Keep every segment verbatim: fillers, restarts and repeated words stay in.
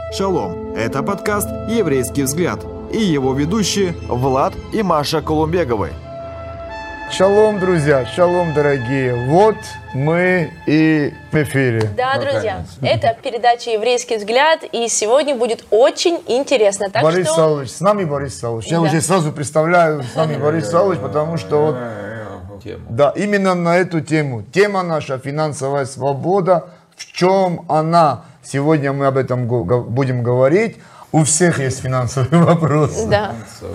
Шалом! Это подкаст «Еврейский взгляд» и его ведущие Влад и Маша Колумбеговы. Шалом, друзья, шалом, дорогие. Вот мы и в эфире. Да, друзья, это передача «Еврейский взгляд», и сегодня будет очень интересно. Так Борис что... Саулович, с нами Борис Саулович. Я Да. уже сразу представляю с нами Борис Саулович, потому что вот, да, именно на эту тему. Тема наша — финансовая свобода. В чем она? Сегодня мы об этом го- го- будем говорить. У всех есть финансовый вопрос. Да.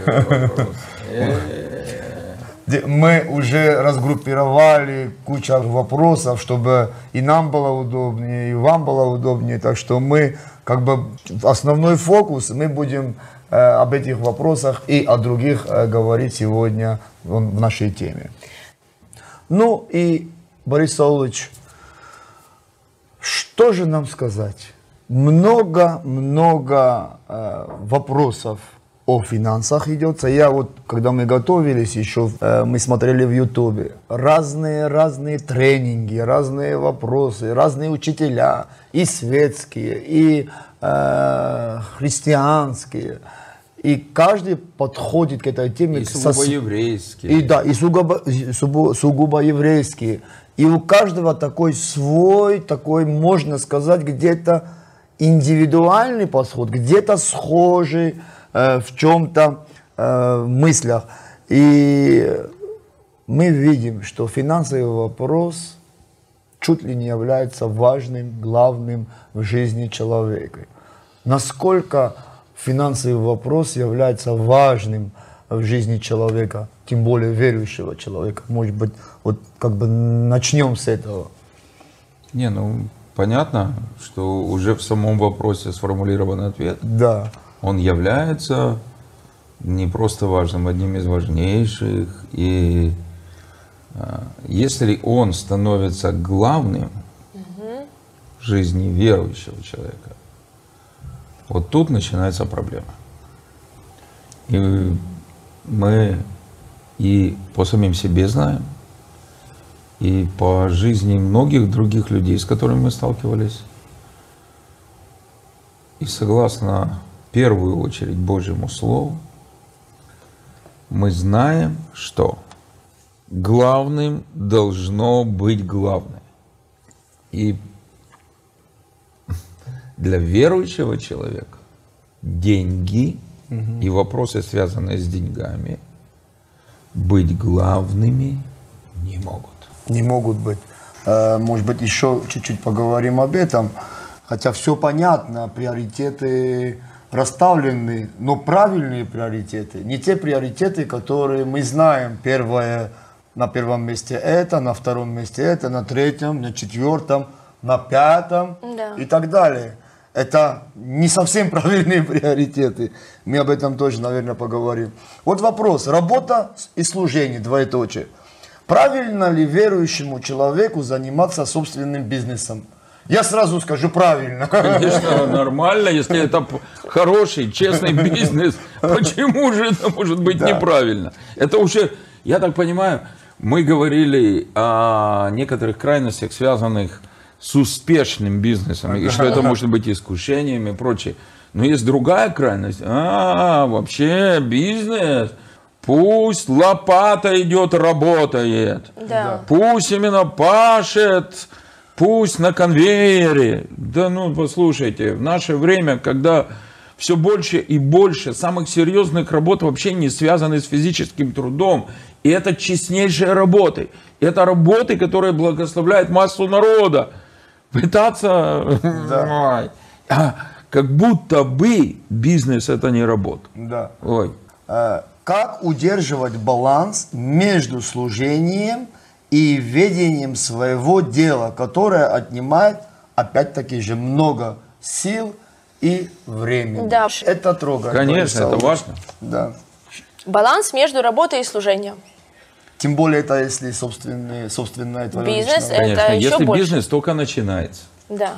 Мы уже разгруппировали кучу вопросов, чтобы и нам было удобнее, и вам было удобнее. Так что мы, как бы, основной фокус, мы будем э, об этих вопросах и о других э, говорить сегодня в, в нашей теме. Ну и, Борис Саулович, что же нам сказать? Много-много э, вопросов о финансах идется. Я вот, когда мы готовились, еще э, мы смотрели в Ютубе разные-разные тренинги, разные вопросы, разные учителя, и светские, и э, христианские. И каждый подходит к этой теме. И сугубо еврейские. И да, и сугубо, сугубо, сугубо еврейские. И у каждого такой свой, такой, можно сказать, где-то индивидуальный подход, где-то схожий э, в чем-то э, мыслях. И мы видим, что финансовый вопрос чуть ли не является важным, главным в жизни человека. Насколько финансовый вопрос является важным в жизни человека, тем более верующего человека? Может быть, вот как бы начнем с этого. Не, ну понятно, что уже в самом вопросе сформулирован ответ. Да. Он является не просто важным, одним из важнейших. И а, если он становится главным угу. в жизни верующего человека, вот тут начинается проблема. И мы и по самим себе знаем, и по жизни многих других людей, с которыми мы сталкивались. И согласно, в первую очередь, Божьему Слову, мы знаем, что главным должно быть главное. И для верующего человека деньги угу. и вопросы, связанные с деньгами, быть главными не могут. Не могут быть. Может быть, еще чуть-чуть поговорим об этом. Хотя все понятно, приоритеты расставлены, но правильные приоритеты. Не те приоритеты, которые мы знаем. Первое, на первом месте это, на втором месте это, на третьем, на четвертом, на пятом да. и так далее. Это не совсем правильные приоритеты. Мы об этом тоже, наверное, поговорим. Вот вопрос. Работа и служение, двоеточие. Правильно ли верующему человеку заниматься собственным бизнесом? Я сразу скажу правильно. Конечно, нормально, если это хороший, честный бизнес. Почему же это может быть да. неправильно? Это уже, я так понимаю, мы говорили о некоторых крайностях, связанных с успешным бизнесом, и что это может быть искушением и прочее. Но есть другая крайность. А, вообще бизнес... Пусть лопата идет, работает. Да. Пусть именно пашет, пусть на конвейере. Да ну, послушайте, в наше время, когда все больше и больше самых серьезных работ вообще не связаны с физическим трудом, и это честнейшие работы. Это работы, которые благословляют массу народа. Пытаться... Да. А, как будто бы бизнес это не работа. Да. Ой. Как удерживать баланс между служением и ведением своего дела, которое отнимает, опять-таки же, много сил и времени? Да. Это трогает. Конечно, это важно. Да. Баланс между работой и служением. Тем более, это если собственный, собственное твое бизнес, личное. Конечно, это если еще больше. Бизнес только начинается. Да.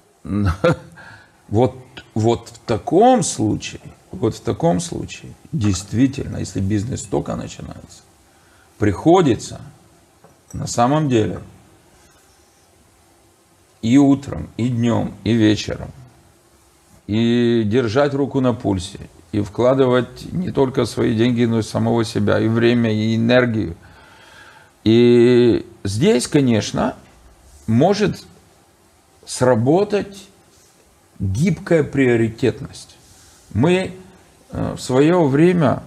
Вот, вот в таком случае, вот в таком случае, действительно, если бизнес только начинается, приходится на самом деле и утром, и днем, и вечером и держать руку на пульсе, и вкладывать не только свои деньги, но и самого себя, и время, и энергию. И здесь, конечно, может сработать гибкая приоритетность. Мы в свое время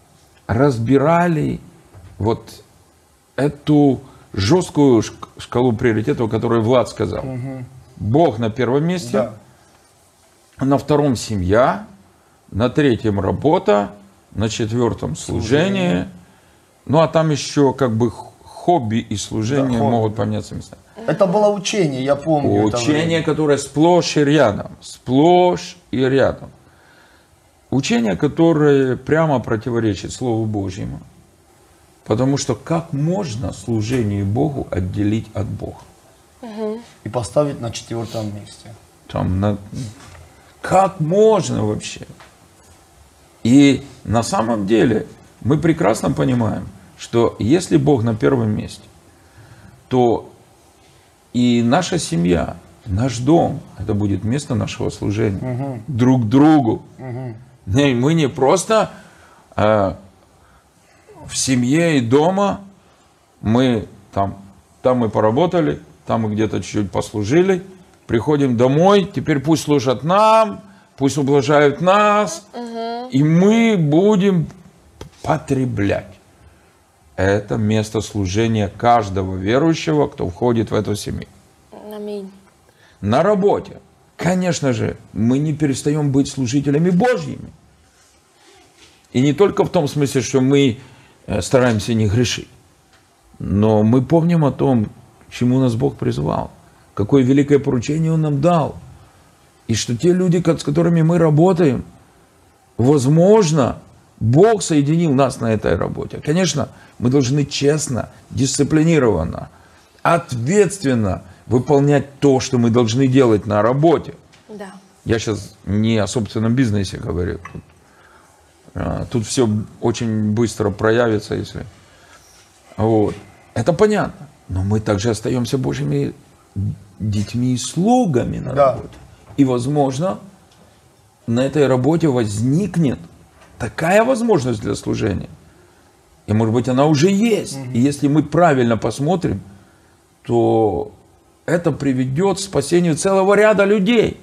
разбирали вот эту жесткую шкалу приоритетов, о которой Влад сказал. Угу. Бог на первом месте, да. На втором семья, на третьем работа, на четвертом служение. служение. Ну а там еще как бы хобби и служение да, могут хобби. поменяться местами. Это было учение, я помню. Учение, которое сплошь и рядом. Сплошь и рядом. Учение, которое прямо противоречит Слову Божьему. Потому что как можно служение Богу отделить от Бога? Угу. И поставить на четвертом месте. Там на... Как можно вообще? И на самом деле мы прекрасно понимаем, что если Бог на первом месте, то и наша семья, наш дом, это будет место нашего служения угу. друг другу. Угу. Мы не просто э, в семье и дома, мы там, там мы поработали, там мы где-то чуть-чуть послужили, приходим домой, теперь пусть служат нам, пусть ублажают нас, угу. и мы будем потреблять. Это место служения каждого верующего, кто входит в эту семью. Аминь. На работе, конечно же, мы не перестаем быть служителями Божьими. И не только в том смысле, что мы стараемся не грешить, но мы помним о том, к чему нас Бог призвал, какое великое поручение Он нам дал. И что те люди, с которыми мы работаем, возможно, Бог соединил нас на этой работе. Конечно, мы должны честно, дисциплинированно, ответственно выполнять то, что мы должны делать на работе. Да. Я сейчас не о собственном бизнесе говорю. Тут, тут все очень быстро проявится, если... Вот. Это понятно. Но мы также остаемся Божьими детьми и слугами на да. работе. И, возможно, на этой работе возникнет такая возможность для служения. И, может быть, она уже есть. Mm-hmm. И если мы правильно посмотрим, то это приведет к спасению целого ряда людей.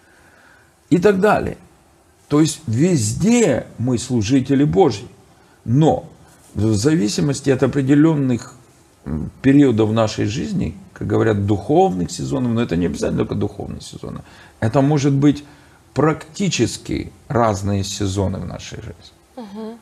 И так далее. То есть везде мы служители Божьи. Но в зависимости от определенных периодов нашей жизни, как говорят, духовных сезонов, но это не обязательно только духовные сезоны, это может быть практически разные сезоны в нашей жизни. Угу.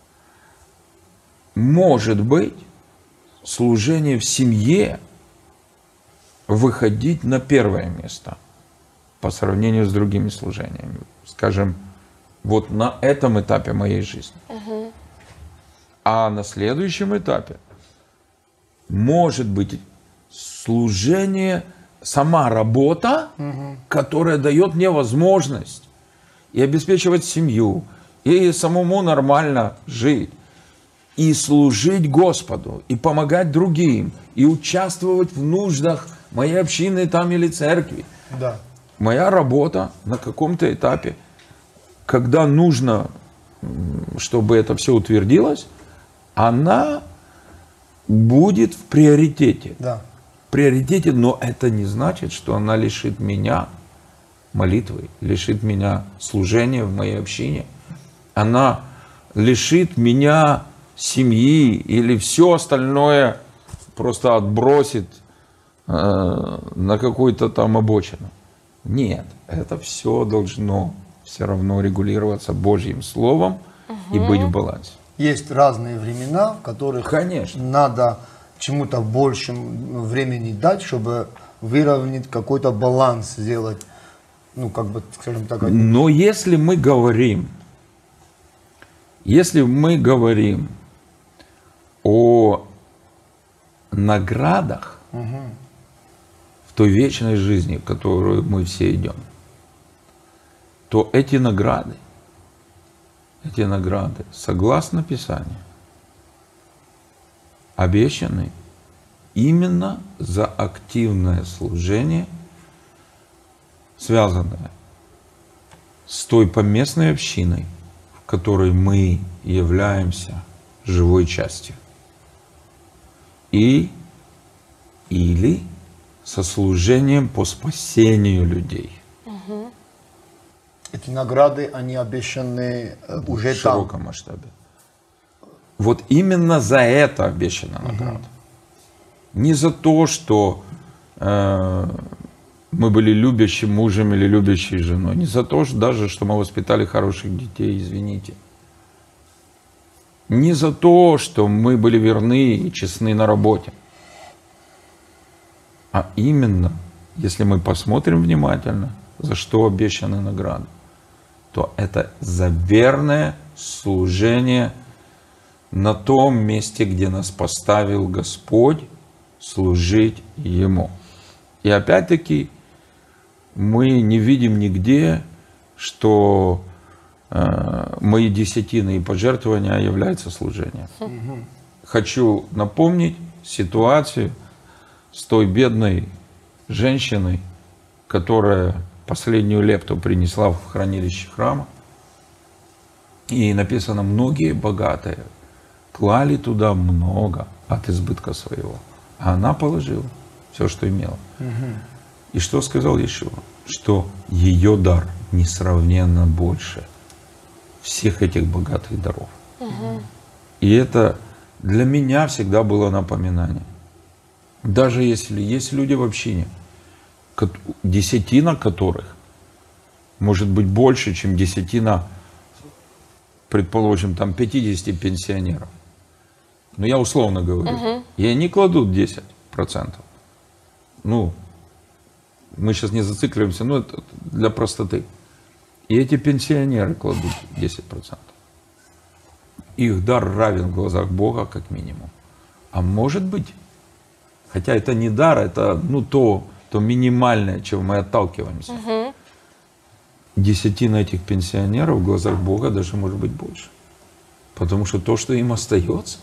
Может быть, служение в семье выходить на первое место по сравнению с другими служениями. Скажем, вот на этом этапе моей жизни. Угу. А на следующем этапе может быть служение, сама работа, угу. которая дает мне возможность и обеспечивать семью, и самому нормально жить, и служить Господу, и помогать другим, и участвовать в нуждах моей общины там или церкви. Да. Моя работа на каком-то этапе, когда нужно, чтобы это все утвердилось, она будет в приоритете. Да. В приоритете, но это не значит, что она лишит меня молитвы, лишит меня служения в моей общине. Она лишит меня семьи или все остальное просто отбросит э, на какую-то там обочину. Нет, это все должно все равно регулироваться Божьим Словом угу. и быть в балансе. Есть разные времена, в которых Конечно. надо чему-то больше времени дать, чтобы выровнять какой-то баланс сделать. Ну, как бы, скажем так. Но если мы говорим, если мы говорим о наградах угу. в той вечной жизни, в которую мы все идем, то эти награды, эти награды, согласно Писанию, обещаны именно за активное служение, связанное с той поместной общиной, в которой мы являемся живой частью. И или со служением по спасению людей. Эти награды, они обещаны э, уже в там. широком масштабе. Вот именно за это обещана награда. Не за то, что э, мы были любящим мужем или любящей женой. Не за то, что даже, что мы воспитали хороших детей, извините. Не за то, что мы были верны и честны на работе. А именно, если мы посмотрим внимательно, за что обещаны награды, то это за верное служение на том месте, где нас поставил Господь, служить Ему. И опять-таки мы не видим нигде, что э, мои десятины и пожертвования являются служением. Угу. Хочу напомнить ситуацию с той бедной женщиной, которая последнюю лепту принесла в хранилище храма. И написано, многие богатые клали туда много от избытка своего. А она положила все, что имела. Угу. И что сказал Иешуа? Что ее дар несравненно больше всех этих богатых даров. Угу. И это для меня всегда было напоминание. Даже если есть люди в общине, десятина которых может быть больше, чем десятина, предположим, там пятидесяти пенсионеров. Но я условно говорю. Угу. И они кладут десять процентов. Ну, мы сейчас не зацикливаемся, но это для простоты. И эти пенсионеры кладут десять процентов. Их дар равен в глазах Бога как минимум. А может быть, хотя это не дар, это ну, то, то минимальное, чего мы отталкиваемся. Угу. Десятина этих пенсионеров в глазах Бога даже может быть больше. Потому что то, что им остается.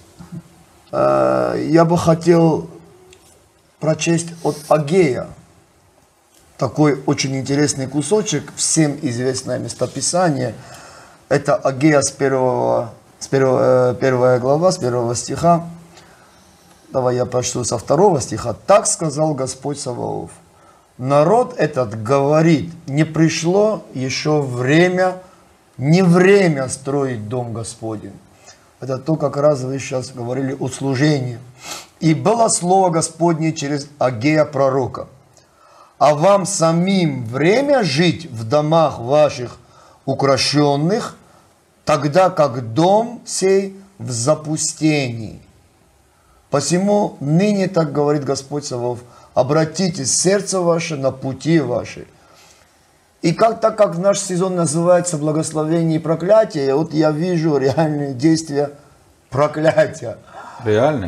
Я бы хотел прочесть от Агея такой очень интересный кусочек, всем известное местописание. Это Агея с первого, с первого, первая глава, с первого стиха. Давай я прочту со второго стиха. «Так сказал Господь Саваоф: народ этот говорит, не пришло еще время, не время строить дом Господень». Это то, как раз вы сейчас говорили о служении. «И было слово Господне через Агея пророка: а вам самим время жить в домах ваших укращенных, тогда как дом сей в запустении. Посему ныне так говорит Господь Саваоф: обратите сердце ваше на пути ваши». И как, так как наш сезон называется благословение и проклятие, вот я вижу реальные действия проклятия. Реальные?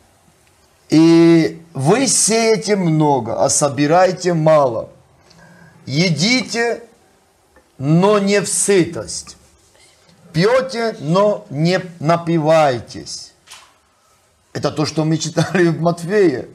И вы сеете много, а собираете мало. Едите, но не в сытость. Пьете, но не напивайтесь. Это то, что мы читали в Матфея.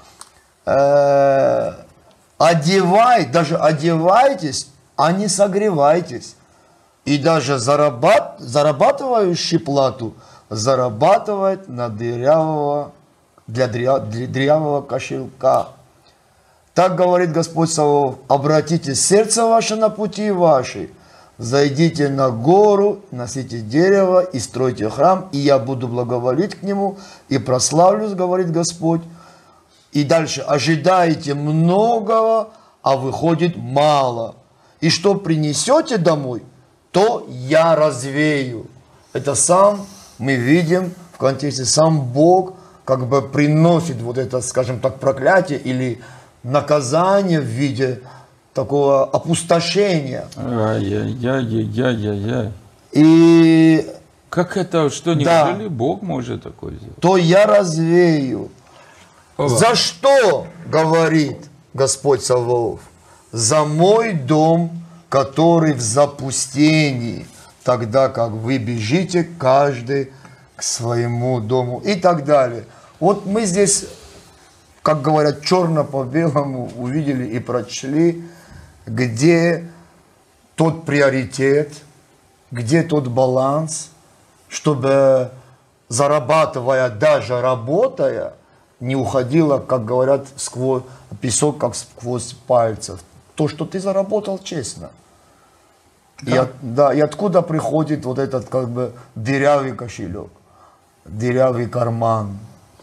Одевай, даже одевайтесь, а не согревайтесь. И даже зарабат, зарабатывающий плату зарабатывает на дырявого, для, дря, для дрявого кошелька. Так говорит Господь Саваоф: обратите сердце ваше на пути ваши, зайдите на гору, носите дерево и стройте храм, и я буду благоволить к нему и прославлюсь, говорит Господь. И дальше: ожидаете многого, а выходит мало. И что принесете домой, то я развею. Это сам мы видим в контексте, сам Бог как бы приносит вот это, скажем так, проклятие или наказание в виде такого опустошения. Ай-яй-яй-яй-яй-яй. И как это, что неужели да, Бог может такое сделать? То я развею. О, за что, говорит Господь Саваоф? За мой дом, который в запустении, тогда как вы бежите каждый к своему дому и так далее. Вот мы здесь, как говорят, черно по белому увидели и прочли, где тот приоритет, где тот баланс, чтобы, зарабатывая, даже работая, не уходило, как говорят, сквозь песок, как сквозь пальцев. То, что ты заработал честно. Да. И, от, да, и откуда приходит вот этот как бы дырявый кошелек, дырявый карман.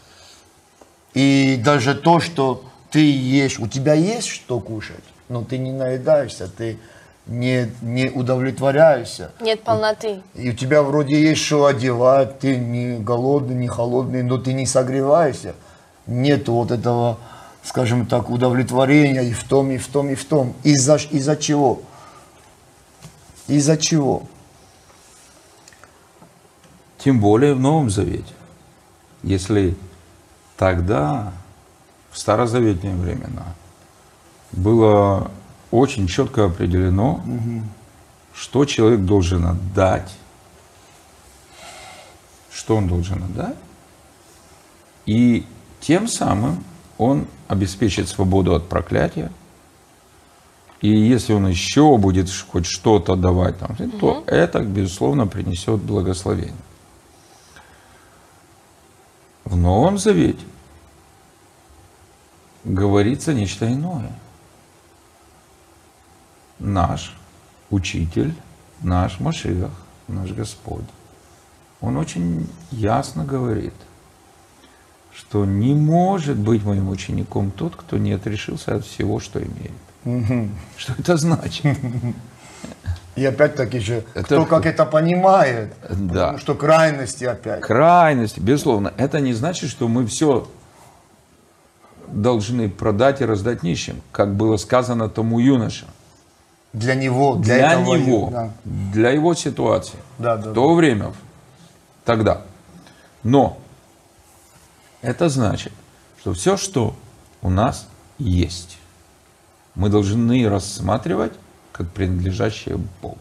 И даже то, что ты ешь, у тебя есть что кушать, но ты не наедаешься, ты не, не удовлетворяешься. Нет полноты. И у тебя вроде есть что одевать, ты не голодный, не холодный, но ты не согреваешься. Нет вот этого, скажем так, удовлетворения и в том, и в том, и в том. Из-за из-за чего? Из-за чего? Тем более в Новом Завете. Если тогда, в старозаветные времена, было очень четко определено, угу. что человек должен отдать, что он должен отдать, и тем самым он обеспечит свободу от проклятия. И если он еще будет хоть что-то давать, там, угу. то это, безусловно, принесет благословение. В Новом Завете говорится нечто иное. Наш Учитель, наш Машиах, наш Господь, Он очень ясно говорит, что не может быть моим учеником тот, кто не отрешился от всего, что имеет. Угу. Что это значит? И опять-таки же, это, кто как это понимает, да. потому что крайности опять. Крайности, безусловно. Это не значит, что мы все должны продать и раздать нищим, как было сказано тому юноше. Для него, для, для этого, него, да. для его ситуации, да, да, в то да. время, тогда. Но это значит, что все, что у нас есть, мы должны рассматривать как принадлежащее Богу.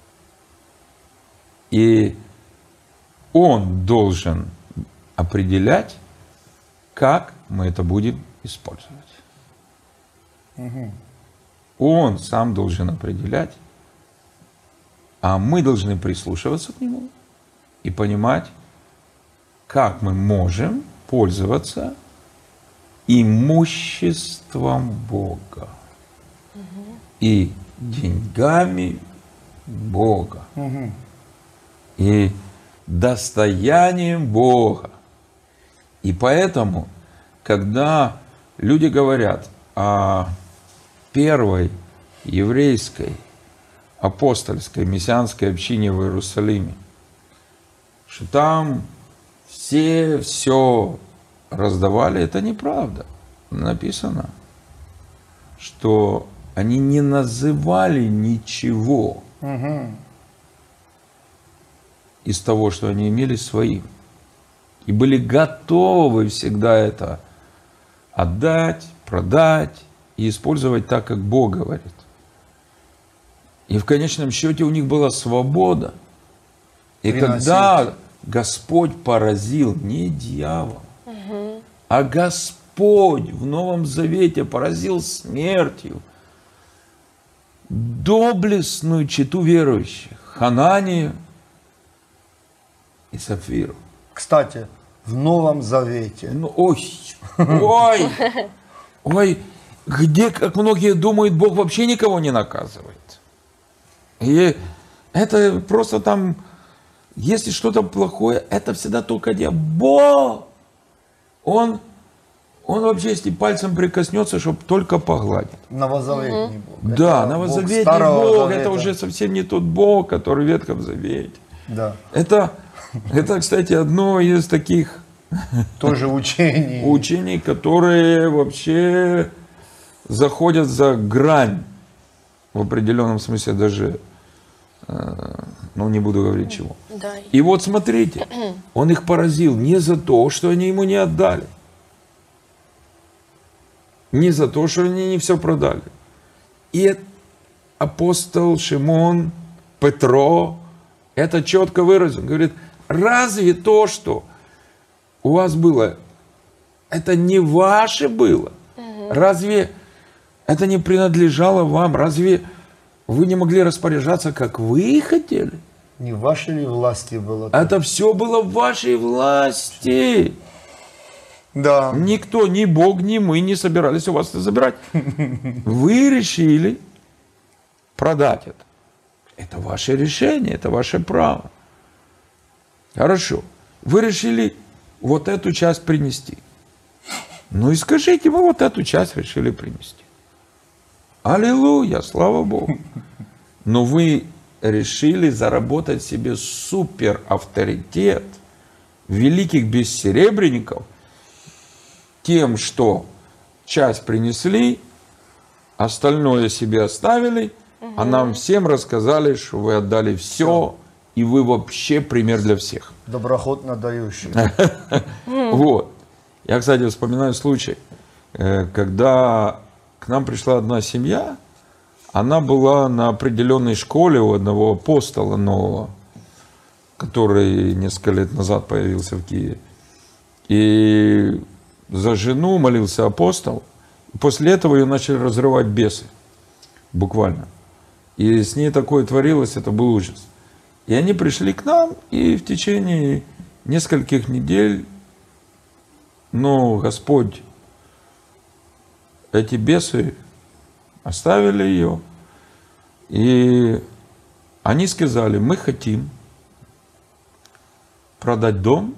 И Он должен определять, как мы это будем использовать. Угу. Он сам должен определять, а мы должны прислушиваться к Нему и понимать, как мы можем пользоваться имуществом Бога угу. и деньгами Бога угу. и достоянием Бога. И поэтому, когда люди говорят о первой еврейской апостольской мессианской общине в Иерусалиме, что там все все раздавали, это неправда. Написано, что они не называли ничего угу. из того, что они имели своим. И были готовы всегда это отдать, продать и использовать так, как Бог говорит. И в конечном счете у них была свобода. И приносить. Когда Господь поразил не дьявол, угу. а Господь в Новом Завете поразил смертью доблестную чету верующих, Хананию и Сапфиру. Кстати, в Новом Завете. Ну, ой, ой, ой, где, как многие думают, Бог вообще никого не наказывает. И это просто там, если что-то плохое, это всегда только дьявол. Бог, он, он вообще, если пальцем прикоснется, чтобы только погладить. Новозаветный Бог. Да, это новозаветный Бог, Бог, Завета. Это уже совсем не тот Бог, который в Ветхом Завете. Да. Это, это, кстати, одно из таких тоже учений. учений, которые вообще заходят за грань, в определенном смысле даже, ну не буду говорить чего. Да. И вот смотрите, он их поразил не за то, что они ему не отдали, не за то, что они не все продали. И апостол Шимон, Петро, это четко выразил. Говорит, разве то, что у вас было, это не ваше было? Угу. Разве это не принадлежало вам? Разве Вы не могли распоряжаться, как вы хотели. Не в вашей ли власти было? Это все было в вашей власти. Да. Никто, ни Бог, ни мы не собирались у вас это забирать. Вы решили продать это. Это ваше решение, это ваше право. Хорошо. Вы решили вот эту часть принести. Ну и скажите, мы вот эту часть решили принести. Аллилуйя, слава Богу. Но вы решили заработать себе супер авторитет великих бессеребренников тем, что часть принесли, остальное себе оставили, угу. а нам всем рассказали, что вы отдали все, и вы вообще пример для всех. Доброхотно дающий. Вот. Я, кстати, вспоминаю случай, когда к нам пришла одна семья, она была на определенной школе у одного апостола нового, который несколько лет назад появился в Киеве. И за жену молился апостол. После этого ее начали разрывать бесы. Буквально. И с ней такое творилось, это был ужас. И они пришли к нам, и в течение нескольких недель, ну, Господь, эти бесы оставили ее. И они сказали, мы хотим продать дом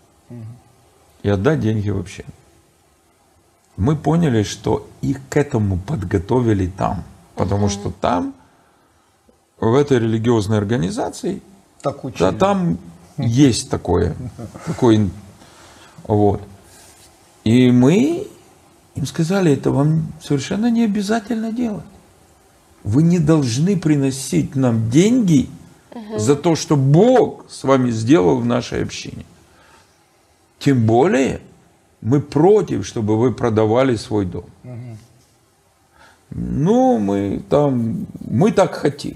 и отдать деньги вообще. Мы поняли, что их к этому подготовили там. Потому что там, в этой религиозной организации, так да, там есть такое. такое вот. И мы им сказали, это вам совершенно не обязательно делать. Вы не должны приносить нам деньги угу. за то, что Бог с вами сделал в нашей общине. Тем более, мы против, чтобы вы продавали свой дом. Угу. Ну, мы там, мы так хотим.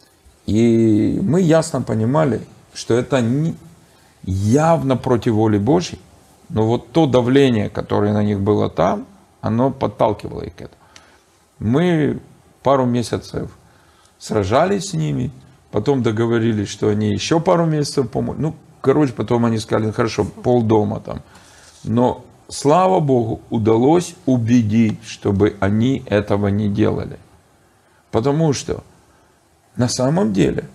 И мы ясно понимали, что это не, явно против воли Божьей. Но вот то давление, которое на них было там, оно подталкивало их к этому. Мы пару месяцев сражались с ними, потом договорились, что они еще пару месяцев помогут. Ну, короче, потом они сказали, хорошо, полдома там. Но, слава Богу, удалось убедить, чтобы они этого не делали. Потому что на самом деле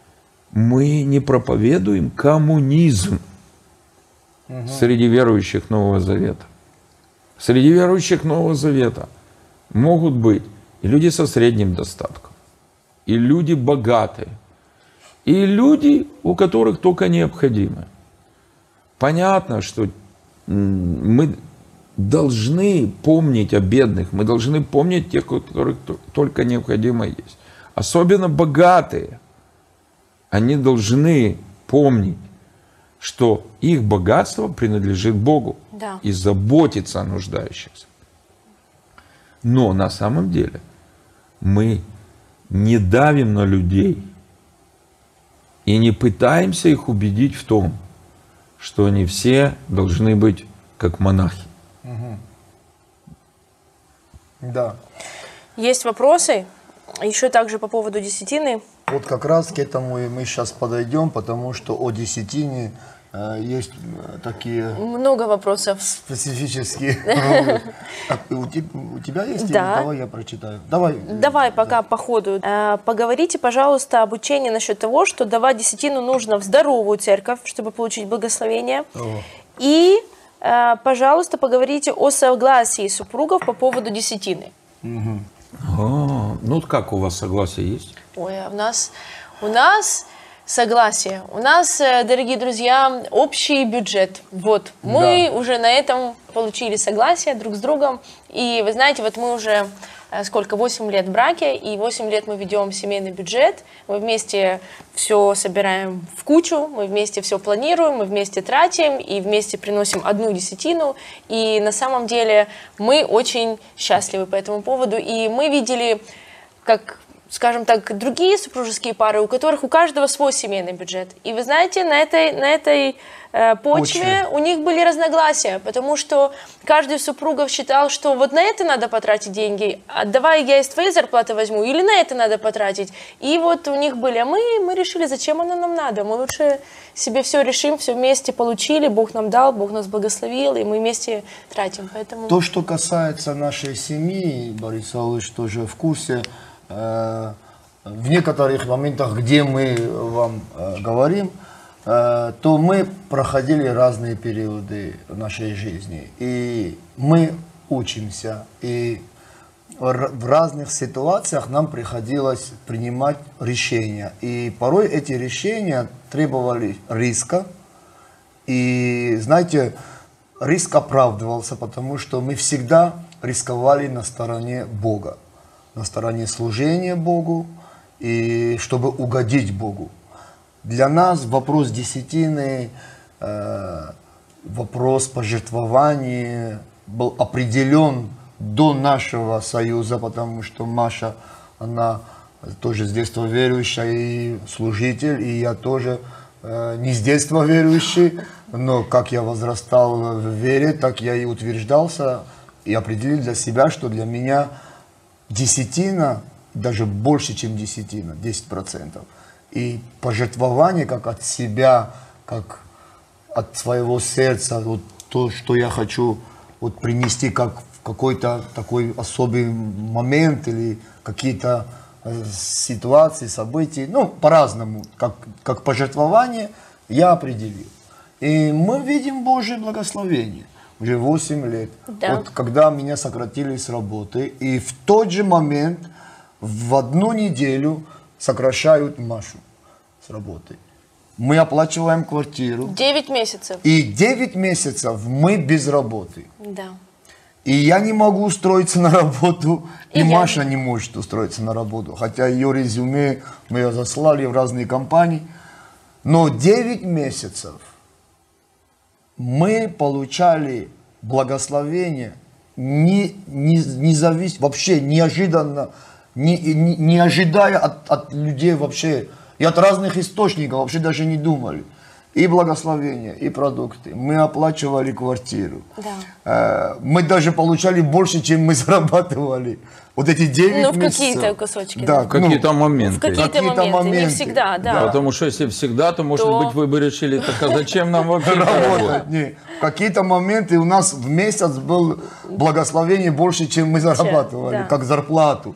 мы не проповедуем коммунизм угу. среди верующих Нового Завета. Среди верующих Нового Завета могут быть и люди со средним достатком, и люди богатые, и люди, у которых только необходимо. Понятно, что мы должны помнить о бедных, мы должны помнить тех, у которых только необходимо есть. Особенно богатые, они должны помнить, что их богатство принадлежит Богу да. и заботиться о нуждающихся. Но на самом деле мы не давим на людей и не пытаемся их убедить в том, что они все должны быть как монахи. Угу. Да. Есть вопросы? Еще также по поводу десятины. Вот как раз к этому и мы сейчас подойдем, потому что о десятине э, есть такие... Много вопросов. Специфические. У тебя есть? Да. Давай я прочитаю. Давай. Давай пока по ходу. Поговорите, пожалуйста, об учении насчет того, что давать десятину нужно в здоровую церковь, чтобы получить благословение. И, пожалуйста, поговорите о согласии супругов по поводу десятины. А, ну как у вас согласие есть? Ой, а у нас, у нас согласие. У нас, дорогие друзья, общий бюджет. Вот, мы да. уже на этом получили согласие друг с другом. И вы знаете, вот мы уже сколько, восемь лет в браке, и восемь лет мы ведем семейный бюджет. Мы вместе все собираем в кучу, мы вместе все планируем, мы вместе тратим и вместе приносим одну десятину. И на самом деле мы очень счастливы по этому поводу. И мы видели, как скажем так, другие супружеские пары, у которых у каждого свой семейный бюджет. И вы знаете, на этой, на этой э, почве Очень. у них были разногласия, потому что каждый из супругов считал, что вот на это надо потратить деньги, а давай я из твоей зарплаты возьму, или на это надо потратить. И вот у них были, а мы, мы решили, зачем оно нам надо, мы лучше себе все решим, все вместе получили, Бог нам дал, Бог нас благословил, и мы вместе тратим. Поэтому... То, что касается нашей семьи, Борис Павлович тоже в курсе, э, в некоторых моментах, где мы вам э, говорим, э, то мы проходили разные периоды в нашей жизни. И мы учимся. И в разных ситуациях нам приходилось принимать решения. И порой эти решения требовали риска. И, знаете, риск оправдывался, потому что мы всегда рисковали на стороне Бога, на стороне служения Богу, и чтобы угодить Богу. Для нас вопрос десятины, э, вопрос пожертвования был определен до нашего союза, потому что Маша, она тоже с детства верующая и служитель, и я тоже э, не с детства верующий, но как я возрастал в вере, так я и утверждался, и определил для себя, что для меня десятина, даже больше, чем десятина, десять процентов. И пожертвование как от себя, как от своего сердца, вот то, что я хочу вот принести как в какой-то такой особый момент или какие-то э, ситуации, события, ну, по-разному, как, как пожертвование я определил. И мы видим Божье благословение уже восемь лет. Да. Вот когда меня сократили с работы, и в тот же момент в одну неделю сокращают Машу с работы. Мы оплачиваем квартиру. Девять месяцев. И девять месяцев мы без работы. Да. И я не могу устроиться на работу, и, И я Маша не может устроиться на работу. Хотя ее резюме мы ее заслали в разные компании. Но девять месяцев мы получали благословение, не, не, не завис, вообще неожиданно, не, не, не ожидая от, от людей вообще, и от разных источников вообще даже не думали. И благословения, и продукты. Мы оплачивали квартиру. Да. Мы даже получали больше, чем мы зарабатывали. Вот эти девять Ну, в месяцев. какие-то кусочки. Да, В какие-то ну, моменты. В какие-то, Какие-то моменты, моменты. не всегда, да. Потому что если всегда, то, может То- быть, вы бы решили, так а зачем нам вообще работать. работать? Не, в какие-то моменты у нас в месяц был благословение больше, чем мы зарабатывали, да. как зарплату.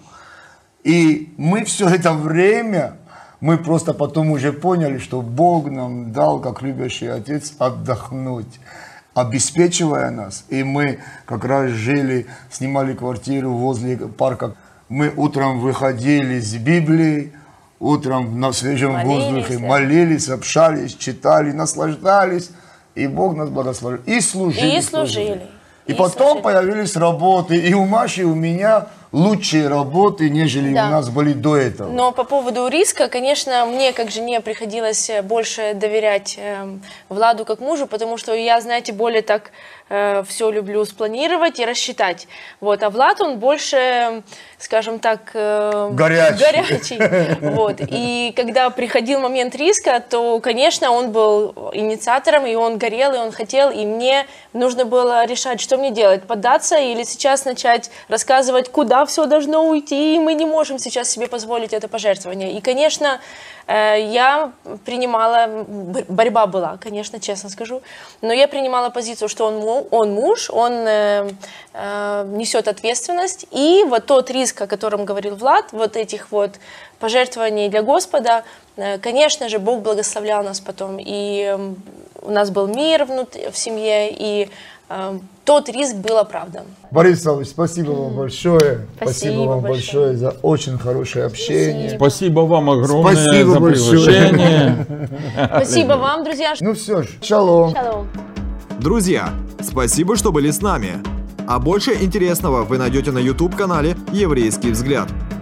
И мы все это время, мы просто потом уже поняли, что Бог нам дал, как любящий Отец, отдохнуть, обеспечивая нас. И мы как раз жили, снимали квартиру возле парка. Мы утром выходили с Библией, утром на свежем Молились, воздухе да. молились, общались, читали, наслаждались. И Бог нас благословил. И служили. И служили. И, И потом служили. появились работы. И у Маши, и у меня лучшие работы, нежели Да. у нас были до этого. Но по поводу риска, конечно, мне как жене приходилось больше доверять э, Владу как мужу, потому что я, знаете, более так э, все люблю спланировать и рассчитать. Вот. А Влад, он больше, скажем так, э, Горячий. горячий. Вот. И когда приходил момент риска, то, конечно, он был инициатором, и он горел, и он хотел, и мне нужно было решать, что мне делать, поддаться или сейчас начать рассказывать, куда все должно уйти, и мы не можем сейчас себе позволить это пожертвование. И, конечно, э, я принимала, б- борьба была, конечно, честно скажу, но я принимала позицию, что он, му- он муж, он э, э, несет ответственность, и вот тот риск, о котором говорил Влад, вот этих вот пожертвований для Господа, э, конечно же, Бог благословлял нас потом, и э, у нас был мир внутри, в семье, и э, тот риск был оправдан. Борис Павлович, спасибо вам большое. Спасибо вам большое. большое за очень хорошее общение. Спасибо вам огромное Спасибо за большое. приглашение. Спасибо вам, друзья. Ну все ж, шалом. Шалом. Друзья, спасибо, что были с нами. А больше интересного вы найдете на YouTube-канале «Еврейский взгляд».